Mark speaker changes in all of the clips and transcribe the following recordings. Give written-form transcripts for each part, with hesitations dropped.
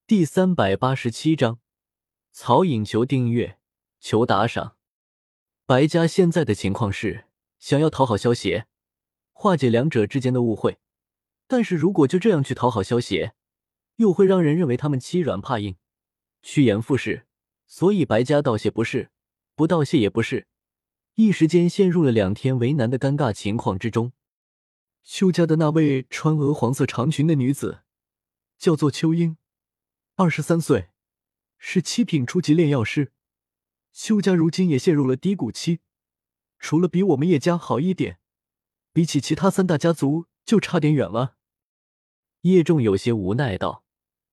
Speaker 1: 第387章，曹颖求订阅，求打赏。白家现在的情况是想要讨好萧协，化解两者之间的误会，但是如果就这样去讨好萧协，又会让人认为他们欺软怕硬，趋炎附势，所以白家道谢不是，不道谢也不是，一时间陷入了两天为难的尴尬情况之中。邱家的那位穿鹅黄色长裙的女子叫做邱英，23岁，是7品初级炼药师。邱家如今也陷入了低谷期，除了比我们叶家好一点，比起其他3大家族就差点远了。叶仲有些无奈道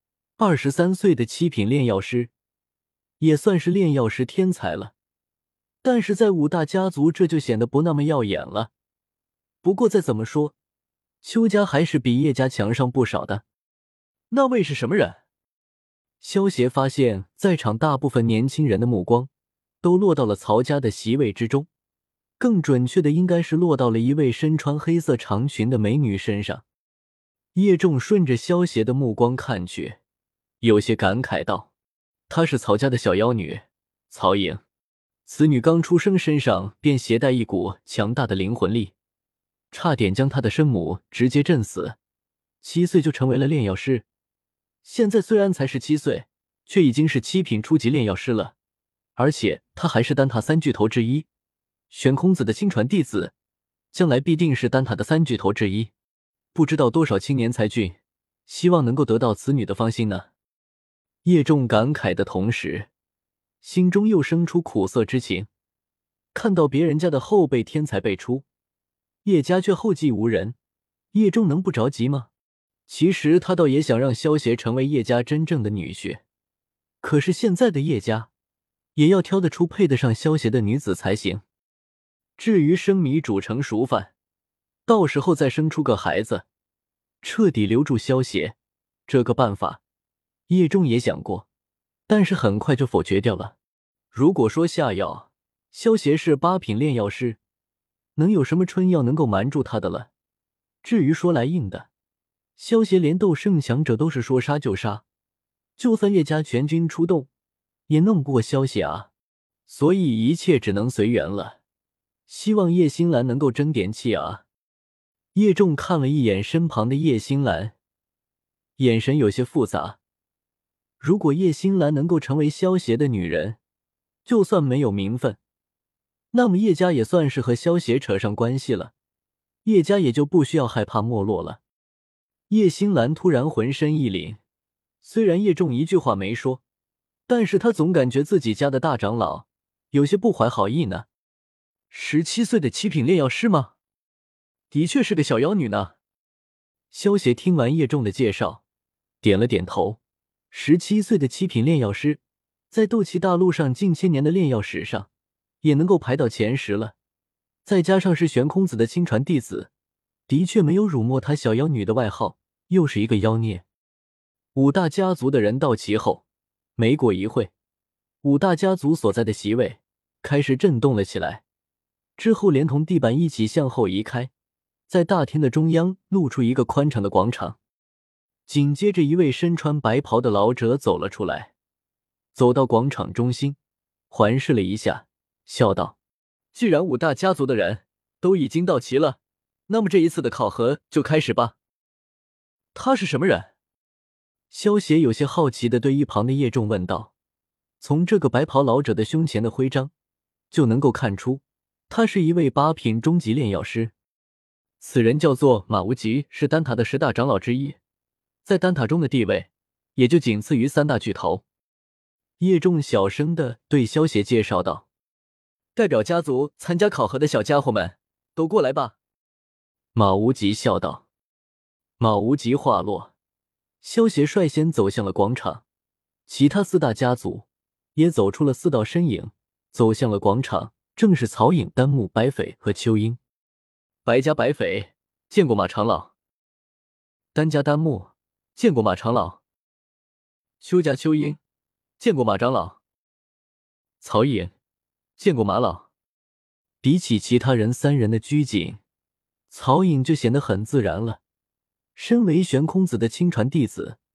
Speaker 1: ，23岁的7品炼药师，也算是炼药师天才了，但是在5大家族这就显得不那么耀眼了。不过再怎么说，邱家还是比叶家强上不少的。那位是什么人？萧协发现在场大部分年轻人的目光都落到了曹家的席位之中，更准确的应该是落到了一位身穿黑色长裙的美女身上。叶仲顺着萧协的目光看去，有些感慨道，她是曹家的小妖女曹颖，此女刚出生身上便携带一股强大的灵魂力，差点将她的生母直接震死，7岁就成为了炼药师，现在虽然才17岁，却已经是7品初级炼药师了，而且他还是丹塔3巨头之一，玄空子的亲传弟子，将来必定是丹塔的3巨头之一。不知道多少青年才俊希望能够得到此女的芳心呢？叶仲感慨的同时，心中又生出苦涩之情。看到别人家的后辈天才辈出，叶家却后继无人，叶仲能不着急吗？其实他倒也想让萧协成为叶家真正的女婿，可是现在的叶家也要挑得出配得上萧协的女子才行。至于生米煮成熟饭，到时候再生出个孩子，彻底留住萧协，这个办法叶仲也想过，但是很快就否决掉了。如果说下药，萧协是8品炼药师，能有什么春药能够瞒住他的了？至于说来硬的，萧协连斗圣强者都是说杀就杀，就算叶家全军出动，也弄不过萧协啊。所以一切只能随缘了，希望叶星兰能够争点气啊。叶仲看了一眼身旁的叶星兰，眼神有些复杂。如果叶星兰能够成为萧协的女人，就算没有名分，那么叶家也算是和萧协扯上关系了，叶家也就不需要害怕没落了。叶星兰突然浑身一凛，虽然叶仲一句话没说，但是他总感觉自己家的大长老有些不怀好意呢。17岁的7品炼药师吗？的确是个小妖女呢。萧协听完叶仲的介绍，点了点头。17岁的7品炼药师，在斗气大陆上近千年的炼药史上，也能够排到前10了。再加上是玄空子的亲传弟子，的确没有辱没他小妖女的外号，又是一个妖孽。5大家族的人到齐后，没过一会，5大家族所在的席位开始震动了起来，之后连同地板一起向后移开，在大厅的中央露出一个宽敞的广场。紧接着一位身穿白袍的老者走了出来，走到广场中心，环视了一下，笑道，既然5大家族的人都已经到齐了，那么这一次的考核就开始吧。他是什么人？萧协有些好奇地对一旁的叶仲问道。从这个白袍老者的胸前的徽章就能够看出，他是一位8品中级炼药师。此人叫做马无极，是丹塔的10大长老之一，在丹塔中的地位也就仅次于3大巨头。叶仲小声地对萧协介绍道，代表家族参加考核的小家伙们都过来吧。马无极笑道。马无极话落，萧协率先走向了广场，其他4大家族也走出了4道身影，走向了广场，正是曹颖、丹木、白匪和秋英。白家白匪见过马长老。丹家丹木见过马长老。邱家秋英见过马长老。曹颖见过马老。比起其他人3人的拘谨，曹颖就显得很自然了。身为玄空子的亲传弟子，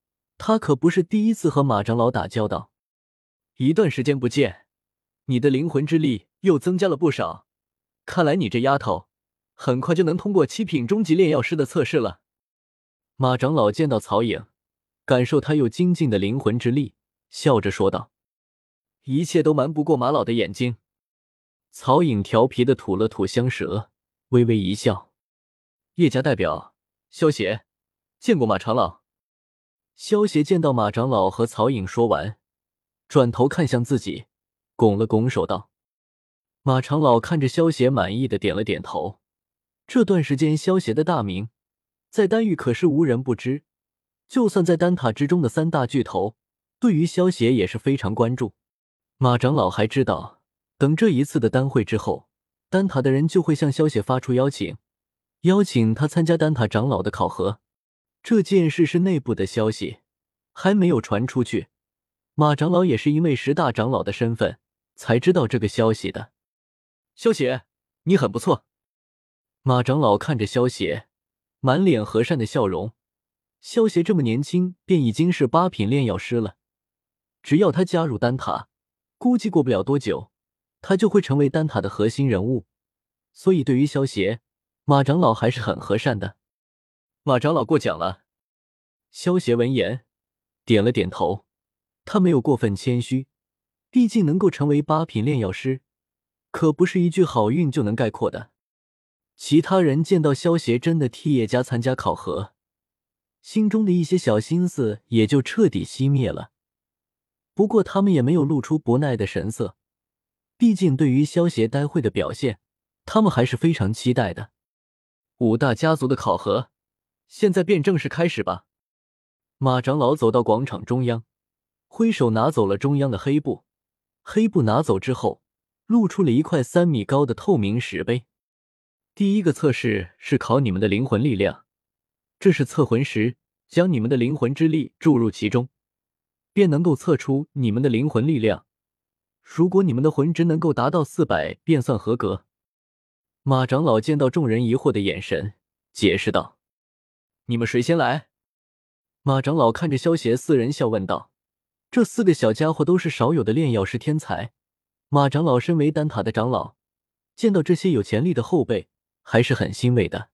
Speaker 1: 他可不是第一次和马长老打交道。一段时间不见，你的灵魂之力又增加了不少，看来你这丫头很快就能通过7品中级炼药师的测试了。马长老见到曹颖，感受他又精进的灵魂之力，笑着说道：一切都瞒不过马老的眼睛。曹颖调皮的吐了吐香舌，微微一笑。叶家代表萧协见过马长老。萧协见到马长老和曹颖说完，转头看向自己，拱了拱手道。马长老看着萧协，满意的点了点头。这段时间萧协的大名在丹域可是无人不知，就算在丹塔之中的3大巨头对于萧协也是非常关注。马长老还知道，等这一次的丹会之后，丹塔的人就会向萧协发出邀请，邀请他参加丹塔长老的考核。这件事是内部的消息，还没有传出去。马长老也是因为10大长老的身份才知道这个消息的。萧协，你很不错。马长老看着萧协，满脸和善的笑容。萧协这么年轻便已经是8品炼药师了，只要他加入丹塔，估计过不了多久他就会成为丹塔的核心人物。所以对于萧协，马长老还是很和善的。马长老过奖了。萧协闻言点了点头，他没有过分谦虚，毕竟能够成为8品炼药师可不是一句好运就能概括的。其他人见到萧协真的替叶家参加考核，心中的一些小心思也就彻底熄灭了。不过他们也没有露出不耐的神色，毕竟对于萧协待会的表现，他们还是非常期待的。5大家族的考核现在便正式开始吧。马长老走到广场中央，挥手拿走了中央的黑布。黑布拿走之后，露出了一块3米高的透明石碑。第一个测试是考你们的灵魂力量，这是测魂石，将你们的灵魂之力注入其中，便能够测出你们的灵魂力量。如果你们的魂值能够达到400，便算合格。马长老见到众人疑惑的眼神，解释道：你们谁先来？马长老看着萧协4人笑问道。这4个小家伙都是少有的炼药师天才，马长老身为丹塔的长老，见到这些有潜力的后辈，还是很欣慰的。